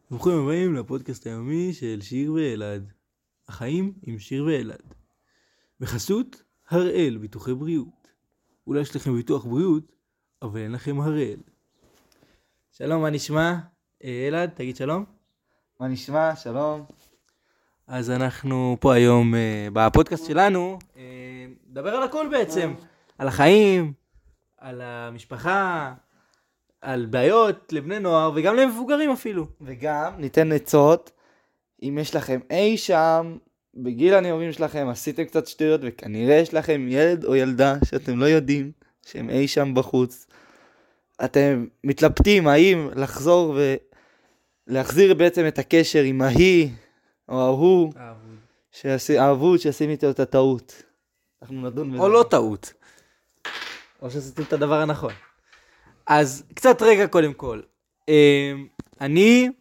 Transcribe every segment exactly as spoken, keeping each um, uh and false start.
ברוכים הבאים לפודקאסט היומי של שיר ואלעד. החיים עם שיר ואלעד. בחסות הראל ביטוחי בריאות. אולי יש לכם ביטוח בריאות, אבל אין לכם הראל. שלום, מה נשמע? אה, אלעד, תגיד שלום. מה נשמע? שלום. אז אנחנו פה היום אה, בפודקאסט שלנו, אה, נדבר על הכל בעצם. על החיים, על המשפחה, על בעיות לבני נוער וגם למבוגרים אפילו. וגם ניתן עצות, אם יש לכם אי שם, בגיל הנעורים שלכם עשיתם קצת שטויות, וכנראה יש לכם ילד או ילדה שאתם לא יודעים, שהם אי שם בחוץ. אתם מתלבטים האם לחזור ולהחזיר בעצם את הקשר עם ההיא או ההוא, האבוד שעשיתם איתו את הטעות. אנחנו נדון בזה. או לא טעות. או שעשיתם את הדבר הנכון. אז קצת רגע קודם כל. אה, אני,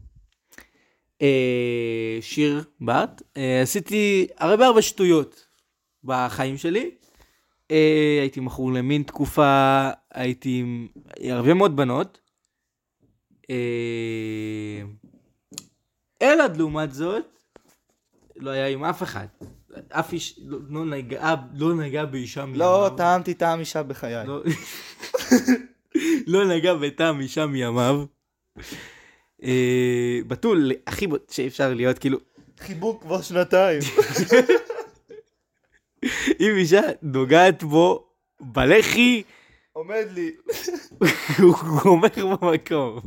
אה, שיר בת, אה, עשיתי הרבה הרבה שטויות בחיים שלי. אה, הייתי מכור למין תקופה, הייתי עם הרבה מאוד בנות. אה, אלעד לעומת זאת, לא היה עם אף אחד. אף איש לא, לא, נגע, לא נגע באישה מימיו. לא, טעמתי טעם אישה בחיי. לא, לא נגע בטעם אישה מימיו. אה, בתול, הכי בוט שאפשר להיות, כאילו, חיבוק כבר שנתיים. אם אישה נוגעת בו בלחי, עומד לי. הוא גומר במקום.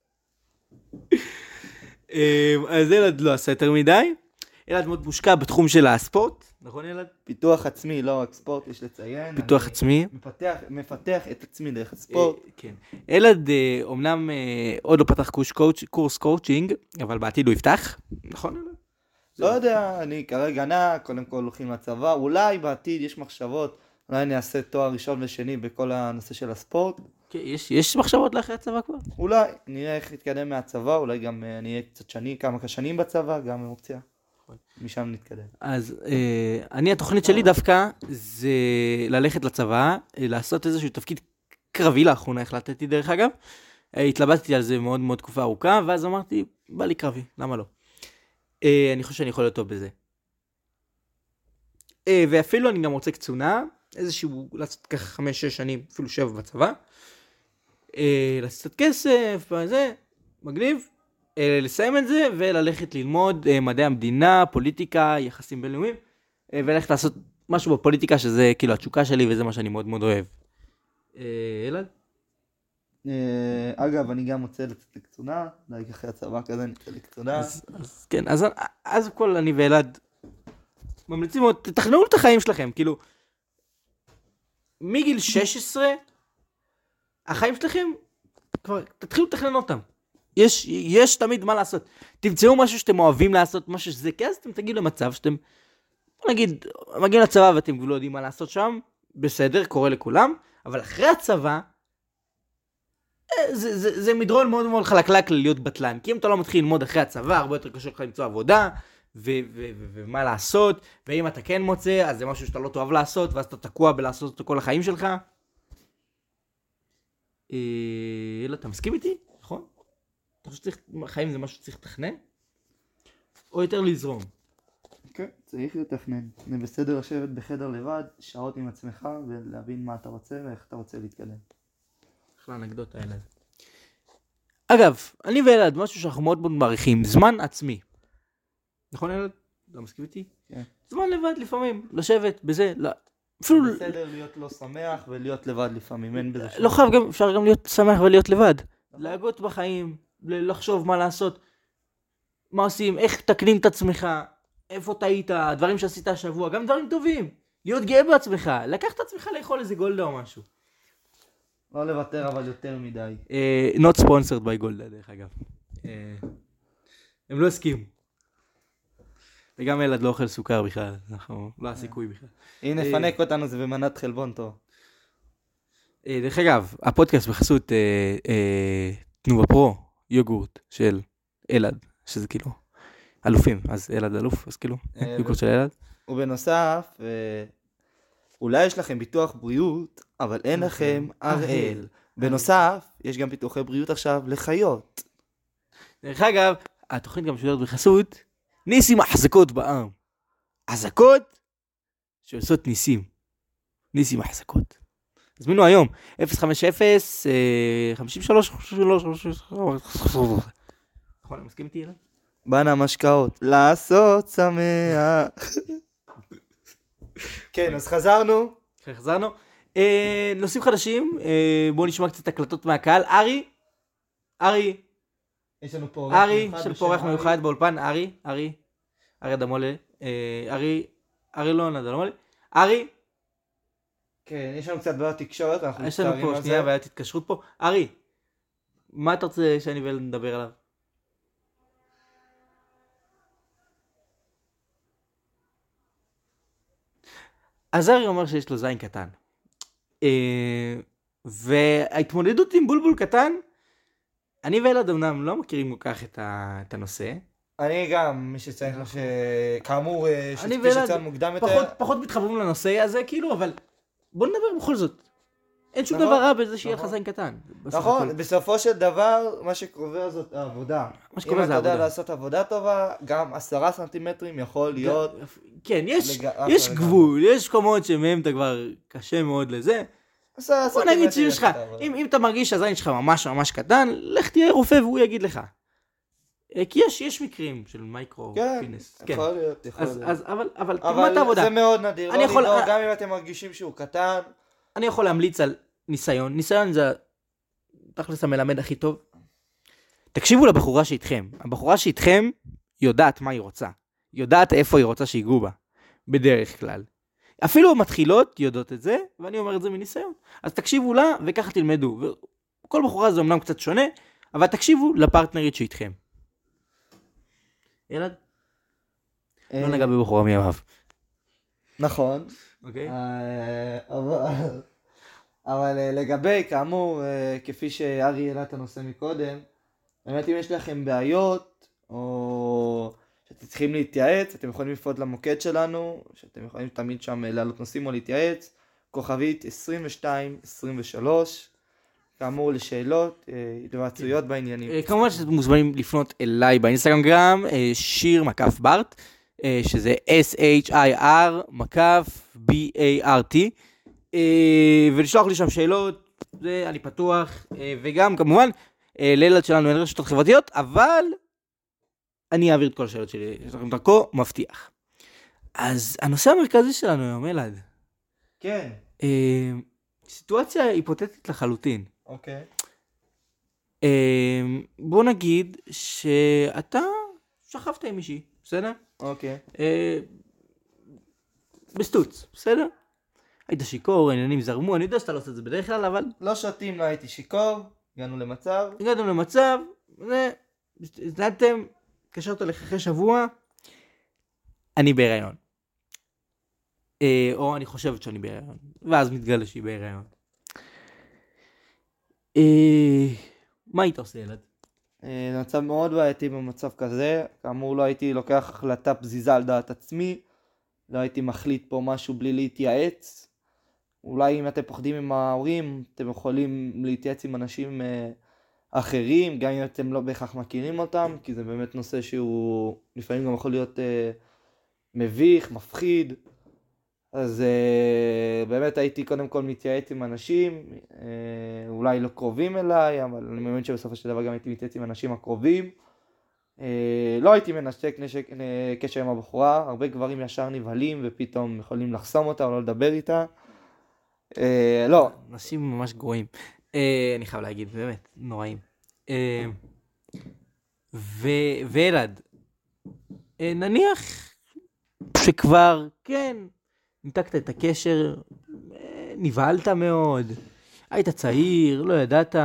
אה, אז אלעד לא עשה יותר מדי. אלעד מאוד מושקע בתחום של הספורט, נכון אלעד? פיתוח עצמי, לא רק ספורט, יש לציין. פיתוח עצמי. מפתח, מפתח את עצמי דרך הספורט. כן. אלעד אומנם עוד לא פתח קורס קואוצ'ינג, אבל בעתיד הוא יפתח, נכון אלעד? לא יודע, אני כרגע נע, קודם כל הולכים לצבא, אולי בעתיד יש מחשבות, אולי אני אעשה תואר ראשון ושני בכל הנושא של הספורט. כן, יש, יש מחשבות לאחרי הצבא כבר? אולי, נראה איך נתקדם מהצבא, אולי גם אני אהיה קצת שני, כמה שנים בצבא, גם אופציה. משם נתקדם. אז אה, אני, התוכנית שלי דווקא זה ללכת לצבא, אה, לעשות איזשהו תפקיד קרבי. לאחרונה החלטתי דרך אגב, אה, התלבטתי על זה מאוד מאוד תקופה ארוכה, ואז אמרתי, בא לי קרבי, למה לא? אה, אני חושב שאני יכול להיות טוב בזה. אה, ואפילו אני גם רוצה קצונה, איזשהו, לעשות ככה חמש, שש שנים, אפילו שבע בצבא, אה, לעשות כסף, וזה, מגניב. לסיים את זה וללכת ללמוד מדעי המדינה, פוליטיקה, יחסים בינלאומיים, וללכת לעשות משהו בפוליטיקה שזה כאילו התשוקה שלי וזה מה שאני מאוד מאוד אוהב. אלעד? אגב, אני גם רוצה לצאת לקצונה, אולי אחרי הצבא כזה נצא לקצונה. אז כן, אז כל אני ואלעד ממליצים מאוד, תתכננו את החיים שלכם, כאילו, מגיל שש עשרה, החיים שלכם, כבר תתחילו לתכנן אותם. יש, יש תמיד מה לעשות. תמצאו משהו שאתם אוהבים לעשות, משהו שזה, כי אז אתם תגיעו למצב שאתם, בוא נגיד, מגיעים לצבא ואתם לא יודעים מה לעשות שם, בסדר, קורה לכולם, אבל אחרי הצבא, זה, זה, זה מדרון מאוד מאוד חלקלק להיות בטלן, כי אם אתה לא מתחיל ללמוד אחרי הצבא, הרבה יותר קשה לך למצוא עבודה, ו- ו- ו- ומה לעשות, ואם אתה כן מוצא, אז זה משהו שאתה לא תאהב לעשות, ואז אתה תקוע בלעשות אותו כל החיים שלך. אה, אלא, אתה מסכים איתי? נכון? אתה חושב שצריך, חיים זה משהו שצריך לתכנן? או יותר לזרום? כן, צריך לתכנן. זה בסדר לשבת בחדר לבד, שעות עם עצמך, ולהבין מה אתה רוצה ואיך אתה רוצה להתקדם. אחלה אנקדוטה אלעד. אגב, אני ואלעד, משהו שאנחנו מאוד מאוד מעריכים, זמן עצמי. נכון אלעד? לא מסכים איתי? כן. זמן לבד לפעמים, לשבת בזה, לא... אפילו... בסדר להיות לא שמח ולהיות לבד לפעמים, אין בזה לא חייב גם, אפשר גם להיות שמח ולהיות לבד. להגות בחיים, לחשוב מה לעשות, מה עושים, איך תקנים את עצמך, איפה טעית, הדברים שעשית השבוע, גם דברים טובים. להיות גאה בעצמך, לקח את עצמך לאכול איזה גולדה או משהו. לא לוותר אבל יותר מדי. Uh, not sponsored by גולדה דרך אגב. Uh, הם לא הסכימו. וגם אלעד לא אוכל סוכר בכלל, אנחנו לא הסיכוי בכלל. אם נפנק אותנו זה במנת חלבון טוב. Uh, דרך אגב, הפודקאסט בחסות uh, uh, תנובה פרו, יוגורט של אלעד, שזה כאילו אלופים, אז אלעד אלוף, אז כאילו יוגורט של אלעד. ובנוסף, אולי יש לכם ביטוח בריאות, אבל אין לכם הראל. בנוסף, יש גם ביטוחי בריאות עכשיו לחיות. דרך אגב, התוכנית גם שולרת בחסות ניסים החזקות בעם. החזקות שעושות ניסים. ניסים החזקות. הזמינו היום, אפס חמש אפס, חמש שלוש שלוש נכון, אני מסכים איתי אליי? בנה משקאות. לעשות שמח. כן, אז חזרנו. חזרנו. נושאים חדשים, בואו נשמע קצת הקלטות מהקהל. ארי, ארי, יש לנו פה ארי, יש לנו פה אורח מיוחד באולפן, ארי, ארי, ארי אדמולה, ארי, ארי לא אדמולה, ארי, כן, יש לנו קצת בעיות תקשורת, אנחנו יש לנו מצטערים פה על שנייה זה. בעיית התקשרות פה. ארי, מה אתה רוצה שאני ונדבר עליו? אז ארי אומר שיש לו זין קטן. וההתמודדות עם בולבול קטן, אני ואלעד אמנם לא מכירים כל כך את הנושא. אני גם, מי שצריך לו שכאמור, אני שצפי ואלעד שצריך מוקדם יותר. פחות, פחות מתחברים לנושא הזה, כאילו, אבל בוא נדבר בכל זאת. אין שום נכון, דבר רע בזה שיהיה לך נכון. זין קטן. בסך נכון, הכל. בסופו של דבר, מה שקובע זאת העבודה. מה שקובע אם זה אתה יודע העבודה. לעשות עבודה טובה, גם עשרה סנטימטרים יכול להיות... כן, יש, לג- יש אחלה גבול, יש קומות שמהם אתה כבר קשה מאוד לזה. עשרה בוא נגיד סנטימטרים שיש לך, יש לך, אם, אם אתה מרגיש שהזין שלך ממש ממש קטן, לך תהיה רופא והוא יגיד לך. אה, כי יש, יש מקרים של מייקרו כן, פינס. יכול להיות, יכול אז, להיות. אז, אבל, אבל, תלמד אבל את העבודה. זה מאוד נדיר, אני לא יכול- לדאוג, אה- גם אם אתם מרגישים שהוא קטן. אני יכול להמליץ על ניסיון. ניסיון זה תכלס המלמד הכי טוב. תקשיבו לבחורה שאיתכם. הבחורה שאיתכם יודעת מה היא רוצה. יודעת איפה היא רוצה שיגעו בה. בדרך כלל. אפילו המתחילות יודעות את זה, ואני אומר את זה מניסיון. אז תקשיבו לה וככה תלמדו. וכל בחורה זה אמנם קצת שונה, אבל תקשיבו לפרטנרית שאיתכם. ילד? לא נגע בבחורה מימיו. נכון. אוקיי? אה, אבל- אבל אה, לגבי, כאמור, אה, כפי שארי העלה את הנושא מקודם, באמת אם יש לכם בעיות, או שאתם צריכים להתייעץ, אתם יכולים לפנות למוקד שלנו, שאתם יכולים תמיד שם לעלות נושאים או להתייעץ, כוכבית עשרים ושתיים עשרים ושלוש, כאמור לשאלות, אה, התייעצויות בעניינים. אה, כמובן שאתם מוזמנים לפנות אליי באינסטגרם גם, אה, שיר מקף בארט, אה, שזה S-H-I-R מקף B-A-R-T, אה, ולשלוח לי שם שאלות, זה אני פתוח, אה, וגם כמובן, אה, לילד שלנו אין רשתות חברתיות, אבל אני אעביר את כל השאלות שלי, יש לכם דרכו, מבטיח. אז הנושא המרכזי שלנו היום, אלעד, כן, אה, סיטואציה היפותטית לחלוטין. אוקיי. אה, בוא נגיד שאתה שכבת עם מישהי, בסדר? אוקיי. אה, בסטוץ, בסדר? היית שיקור, העניינים זרמו, אני יודע שאתה לא עושה את זה בדרך כלל, אבל לא שותים, לא הייתי שיכור, הגענו למצב. הגעתם למצב, זה, הזדנתם, התקשרת לך אחרי שבוע, אני בהיריון. אה, או אני חושבת שאני בהיריון, ואז מתגלה שהיא בהיריון. אה, מה היית עושה, ילד? אה, זה מצב מאוד בעייתי במצב כזה, כאמור לא הייתי לוקח החלטה פזיזה על דעת עצמי, לא הייתי מחליט פה משהו בלי להתייעץ, אולי אם אתם פוחדים עם ההורים, אתם יכולים להתייעץ עם אנשים אה, אחרים, גם אם אתם לא בהכרח מכירים אותם, כי זה באמת נושא שהוא לפעמים גם יכול להיות אה, מביך, מפחיד, אז אה, באמת הייתי קודם כל מתייעץ עם אנשים, אה, אולי לא קרובים אליי, אבל אני מאמין שבסופו של דבר גם הייתי מתייעץ עם אנשים הקרובים. אה, לא הייתי מנשק נשק, אה, קשר עם הבחורה, הרבה גברים ישר נבהלים ופתאום יכולים לחסום אותה או לא לדבר איתה. אה, לא, אנשים ממש גרועים. אה, אני חייב להגיד, באמת, נוראים. אה, ו- וילד, אה, נניח שכבר, כן, ניתקת את הקשר, אה, נבהלת מאוד, היית צעיר, לא ידעת.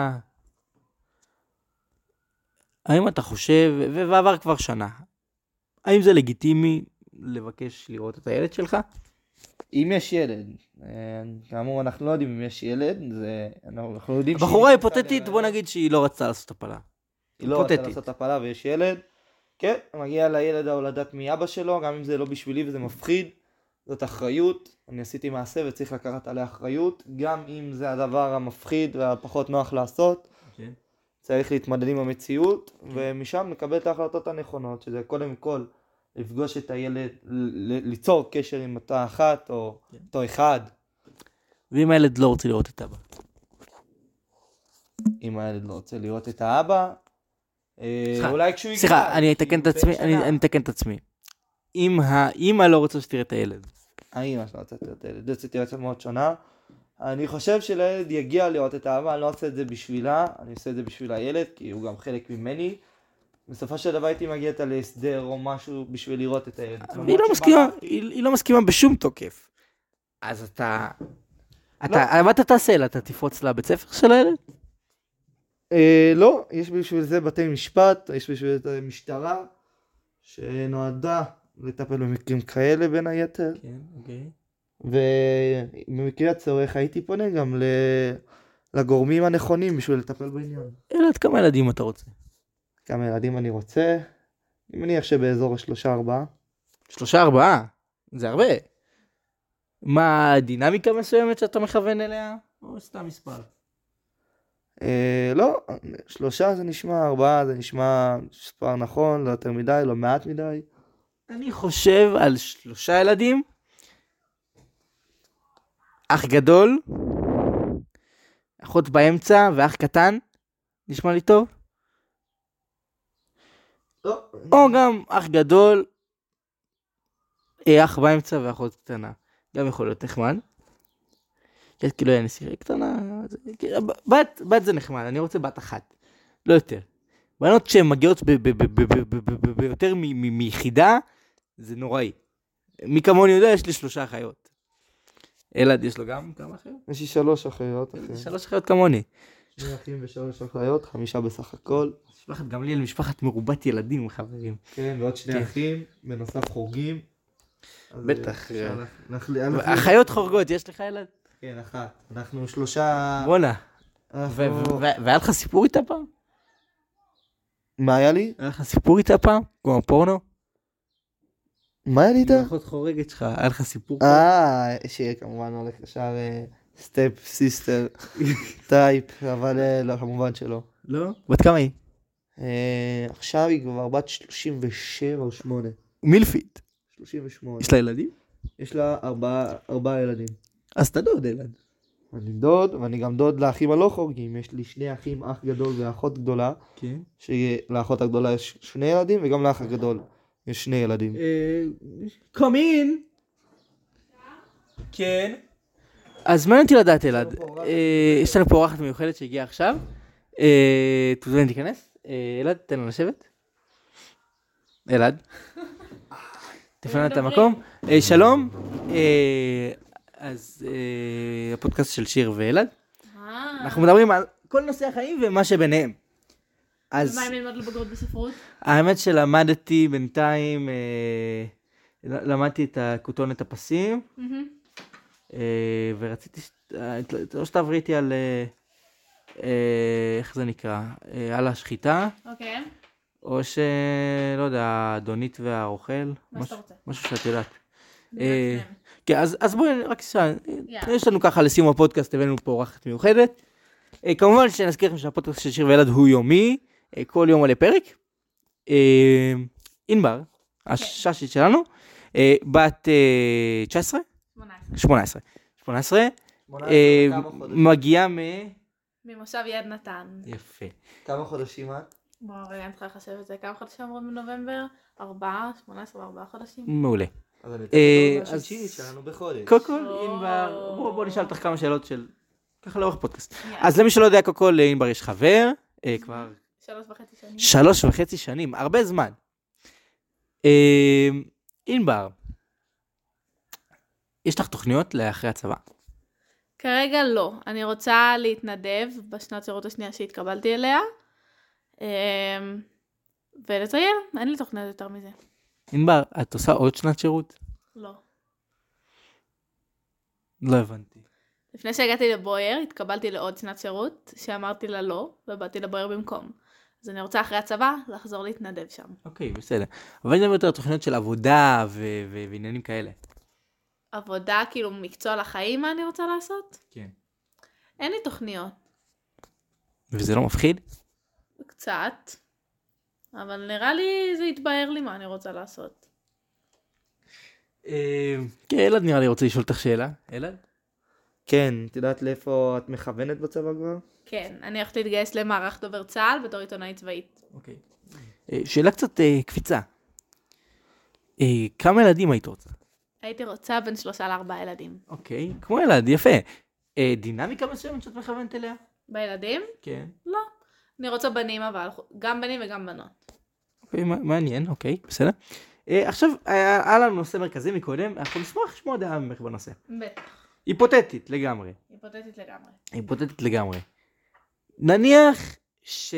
האם אתה חושב, ו- ועבר כבר שנה, האם זה לגיטימי לבקש לראות את הילד שלך? אם יש ילד, אה, כאמור אנחנו לא יודעים אם יש ילד, זה, אנחנו, אנחנו יודעים שהיא הבחורה נכנסה היפותטית, להיריון. בוא נגיד שהיא לא רצתה לעשות הפלה. היא לא רוצה היפותטית. לעשות הפלה ויש ילד, כן, מגיע לילד ההולדת מאבא שלו, גם אם זה לא בשבילי וזה מפחיד, זאת אחריות, אני עשיתי מעשה וצריך לקחת עליה אחריות, גם אם זה הדבר המפחיד והפחות נוח לעשות, כן. צריך להתמודד עם המציאות, ומשם לקבל את ההחלטות הנכונות, שזה קודם כל לפגוש את הילד, ל- ליצור קשר עם אותה אחת או אותו אחד. ואם הילד לא רוצה לראות את אבא? אם הילד לא רוצה לראות את האבא, אה, אולי כשהוא יגדל. סליחה, אני אתקן את כאילו, עצמי, בן אני שנה. אני אתקן את עצמי. אם האמא לא רוצה שתראה את הילד. האמא שלא רוצה לראות את הילד, זאת סיטואציה מאוד שונה. אני חושב שלילד יגיע לראות את האבא, אני לא עושה את זה בשבילה, אני עושה את זה בשביל הילד, כי הוא גם חלק ממני. בסופו של דבר הייתי מגיע איתה להסדר או משהו בשביל לראות את הילד. והיא לא מסכימה, היא היא לא מסכימה בשום תוקף. אז אתה... אתה, מה אתה תעשה לה? אתה תפרוץ לבית ספר של הילד? אה, לא, יש בשביל זה בתי משפט, יש בשביל זה משטרה, שנועדה לטפל במקרים כאלה בין היתר. כן, אוקיי. ובמקרה הצורך הייתי פונה גם ל... לגורמים הנכונים בשביל לטפל בעניין. ילד, כמה ילדים אתה רוצה? כמה ילדים אני רוצה? אני מניח שבאזור השלושה ארבעה. שלושה, ארבעה? זה הרבה. מה הדינמיקה מסוימת שאתה מכוון אליה? או סתם מספר? אה, לא, שלושה זה נשמע, ארבעה זה נשמע מספר נכון, לא יותר מדי, לא מעט מדי. אני חושב על שלושה ילדים. אח גדול, אחות באמצע ואח קטן. נשמע לי טוב? לא. או גם אח גדול, אה, אח באמצע ואחות קטנה. גם יכול להיות נחמד. יש כאילו היה נסיכה קטנה. זה- כאילו, בת, בת זה נחמד, אני רוצה בת אחת. לא יותר. בנות שהן מגיעות ב- ב- ב- ב- ב- ב- ב- ב- ביותר מ- מ- מיחידה, זה נוראי. מי כמוני יודע, יש לי שלושה אחיות. אלעד יש לו גם כמה אחיות? יש לי שלוש אחיות, אחי. שלוש אחיות כמוני. שני אחים ושלוש אחיות, חמישה בסך הכל. משפחת גמליאל, משפחת מרובת ילדים, חברים. כן, ועוד שני כן. אחים, בנוסף חורגים. אז, בטח. אה, אפשר לך- לך- לך- אחיות חורגות, יש לך ילד? כן, אחת. אנחנו שלושה... בואנה. אנחנו- ו- ו- והיה לך סיפור איתה פעם? מה היה לי? היה לך סיפור איתה פעם? כמו הפורנו? מה היה לי איתה? אחות חורגת שלך, היה לך סיפור? אה, שכמובן הולך ישר סטפ סיסטר טייפ, אבל אה, לא, כמובן שלא. לא? בת כמה היא? אה, עכשיו היא כבר בת שלושים ושבע או שמונה. מילפית. שלושים ושמונה. יש לה ילדים? יש לה ארבעה ארבעה ילדים. אז אתה דוד אלעד. אני דוד, ואני גם דוד לאחים הלא חורגים. יש לי שני אחים, אח גדול ואחות גדולה. כן. שלאחות הגדולה יש שני ילדים, וגם לאח הגדול יש שני ילדים. come in. כן. אז מעניין אותי לדעת אלעד. אה, יש לנו פה אורחת מיוחדת שהגיעה עכשיו. אה, תוזמן להיכנס. אה, אלעד, תן לה לשבת. אלעד. תפנה את המקום. אה, שלום. אה, אז אה, הפודקאסט של שיר ואלעד. אנחנו מדברים על כל נושאי החיים ומה שביניהם. אז ומה עם ללמוד לבגרות בספרות? האמת שלמדתי בינתיים, אה, למדתי את הכותונת הפסים, אה, ורציתי, ש- אה, או שתעברי איתי על, אה, אה, איך זה נקרא, אה, על השחיטה, אוקיי, או ש... לא יודע, האדונית והרוכל, מה שאתה רוצה. משהו שאת יודעת. נראה אה, אצלם. כן, אז, אז בואי רק שעה, יאללה. יש לנו ככה לסיום הפודקאסט, הבאנו פה אורחת מיוחדת. אה, כמובן שנזכיר לכם שהפודקאסט של שיר וילד הוא יומי, אה, כל יום עולה פרק. אה, ענבר, הששית שלנו, אה, בת אה, תשע עשרה? שמונה עשרה. שמונה עשרה. שמונה עשרה. אה, כמה חודשים? מגיעה מ... ממושב יד נתן. יפה. כמה חודשים את? בוא, רגע, אני צריכה לחשב את זה. כמה חודשים אמרו בנובמבר? ארבעה, שמונה עשרה וארבעה חודשים. מעולה. אז אני אה, אתן אז- השישית שלנו בחודש. קודם כל, או. ענבר, בוא בוא נשאל אותך כמה שאלות של... ככה לאורך פודקאסט. יאללה. אז למי שלא יודע, קודם כל, לענבר יש חבר, אה, כבר שלוש וחצי שנים. שלוש וחצי שנים, הרבה זמן. אה, ענבר, יש לך תוכניות לאחרי הצבא? כרגע לא. אני רוצה להתנדב בשנת שירות השנייה שהתקבלתי אליה. אמ, ולטייל. אין לי תוכניות יותר מזה. ענבר, את עושה עוד שנת שירות? לא. לא הבנתי. לפני שהגעתי לבויר, התקבלתי לעוד שנת שירות, שאמרתי לה לא, ובאתי לבויר במקום. אז אני רוצה אחרי הצבא לחזור להתנדב שם. אוקיי, בסדר. אבל אני מדבר יותר על תוכניות של עבודה ו- ו- ועניינים כאלה. עבודה, כאילו מקצוע לחיים, מה אני רוצה לעשות? כן. אין לי תוכניות. וזה לא מפחיד? קצת, אבל נראה לי זה יתבהר לי מה אני רוצה לעשות. כן, אלעד נראה לי רוצה לשאול אותך שאלה. אלעד? כן, את יודעת לאיפה את מכוונת בצבא כבר? כן, אני הולכת להתגייס למערך דובר צה"ל בתור עיתונאית צבאית. אוקיי. שאלה קצת קפיצה. כמה ילדים היית רוצה? הייתי רוצה בין שלושה לארבעה ילדים. אוקיי, כמו אלעד, יפה. דינמיקה מסוימת שאת מכוונת אליה? בילדים? כן. לא. אני רוצה בנים אבל, גם בנים וגם בנות. אוקיי, מעניין, אוקיי, בסדר. עכשיו, היה לנו נושא מרכזי מקודם, אנחנו נשמח לשמוע דעה ממך בנושא. בטח. היפותטית לגמרי. היפותטית לגמרי. היפותטית לגמרי. נניח ש...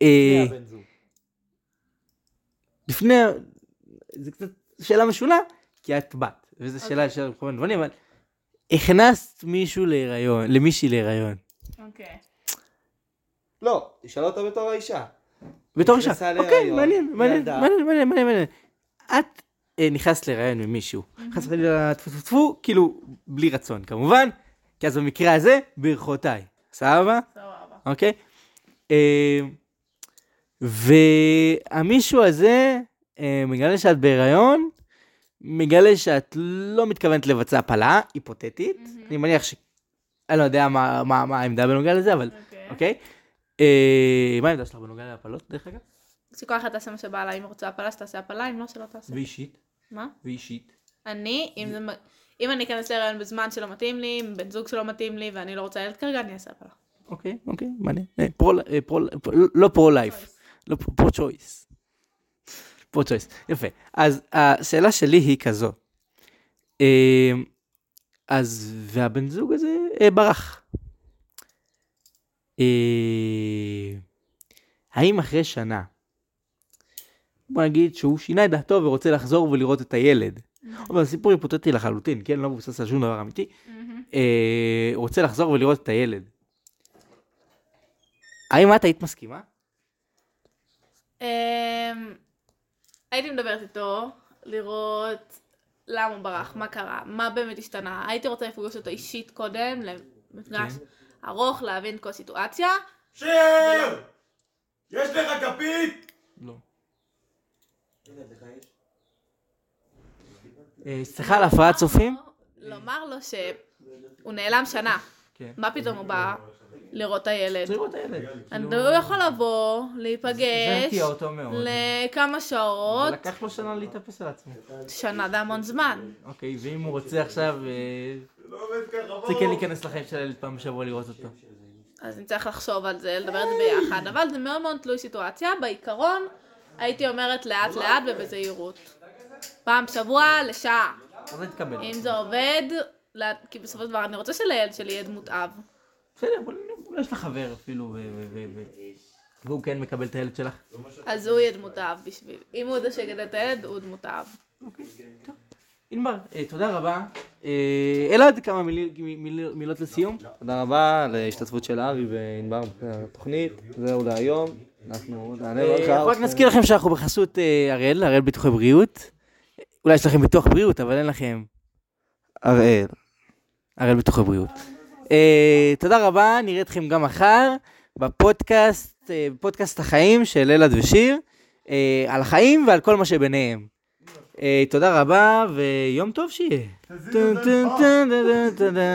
לפני, זה קצת שאלה משונה, כי את בת, וזו שאלה של כל מיני דברים, אבל הכנסת מישהו להיריון, למישהי להיריון. אוקיי. לא, תשאל אותה בתור האישה. בתור אישה, אוקיי, מעניין, מעניין, מעניין, מעניין, מעניין. את נכנסת להיריון ממישהו, נכנסת לטפו, כאילו, בלי רצון, כמובן, כי אז במקרה הזה, ברכותיי. סבבה? סבבה. אוקיי? והמישהו הזה מגלה שאת בהיריון, מגלה שאת לא מתכוונת לבצע הפלה, היפותטית. אני מניח ש... אני לא יודע מה העמדה בנוגע לזה, אבל... אוקיי? מה העמדה שלך בנוגע להפלות, דרך אגב? שכל אחד תעשה מה שבא לה, אם רוצה הפלה, שתעשה הפלה, אם לא, שלא תעשה. ואישית? מה? ואישית? אני, אם אני אכנס להיריון בזמן שלא מתאים לי, עם בן זוג שלא מתאים לי, ואני לא רוצה ילד כרגע, אני אעשה הפלה. אוקיי, אוקיי, מעניין. לא פרו-לייף, לא פרו-צ'ויס. פרו-צ'ויס, יפה. אז השאלה שלי היא כזו. אז, והבן זוג הזה ברח. האם אחרי שנה, בוא נגיד שהוא שינה את דעתו ורוצה לחזור ולראות את הילד. אבל הסיפור היפותטי לחלוטין, כן? לא מבוסס על שום דבר אמיתי. הוא רוצה לחזור ולראות את הילד. האם את היית מסכימה? הייתי מדברת איתו, לראות למה הוא ברח, מה קרה, מה באמת השתנה. הייתי רוצה לפגוש אותו אישית קודם, למפגש ארוך, להבין כל סיטואציה. שיר! יש לך כפית? לא. סליחה על הפרעת צופים? לומר לו שהוא נעלם שנה. מה פתאום הוא בא לראות את הילד? לראות את הילד. הוא יכול לבוא, זה להיפגש הרתיע אותו מאוד. לכמה שעות. לקח לו שנה להתאפס על עצמו. שנה זה המון זמן. אוקיי, ואם הוא רוצה עכשיו... זה כן להיכנס לחיים של הילד פעם בשבוע לראות אותו. אז נצטרך לחשוב על זה, לדבר את זה ביחד, אבל זה מאוד מאוד תלוי סיטואציה. בעיקרון, הייתי אומרת לאט לאט ובזהירות. פעם בשבוע לשעה. אז נתקבל. אם זה עובד, כי בסופו של דבר אני רוצה שלילד שלי יהיה דמות אב. בסדר, אולי יש לך חבר אפילו, והוא כן מקבל את הילד שלך. אז הוא יהיה דמות אב בשביל. אם הוא יודע שיגדל את הילד, הוא דמות אב. אוקיי, טוב. אינבר, תודה רבה. אלעד, כמה מילות לסיום? תודה רבה להשתתפות של ארי ואינבר בתוכנית. זהו להיום. אנחנו נענה לך. רק נזכיר לכם שאנחנו בחסות הראל, הראל ביטוחי בריאות. אולי יש לכם ביטוח בריאות, אבל אין לכם. הראל. הראל ביטוחי בריאות. תודה רבה, נראה אתכם גם מחר בפודקאסט, בפודקאסט החיים של אלעד ושיר, על החיים ועל כל מה שביניהם. תודה רבה ויום טוב שיהיה.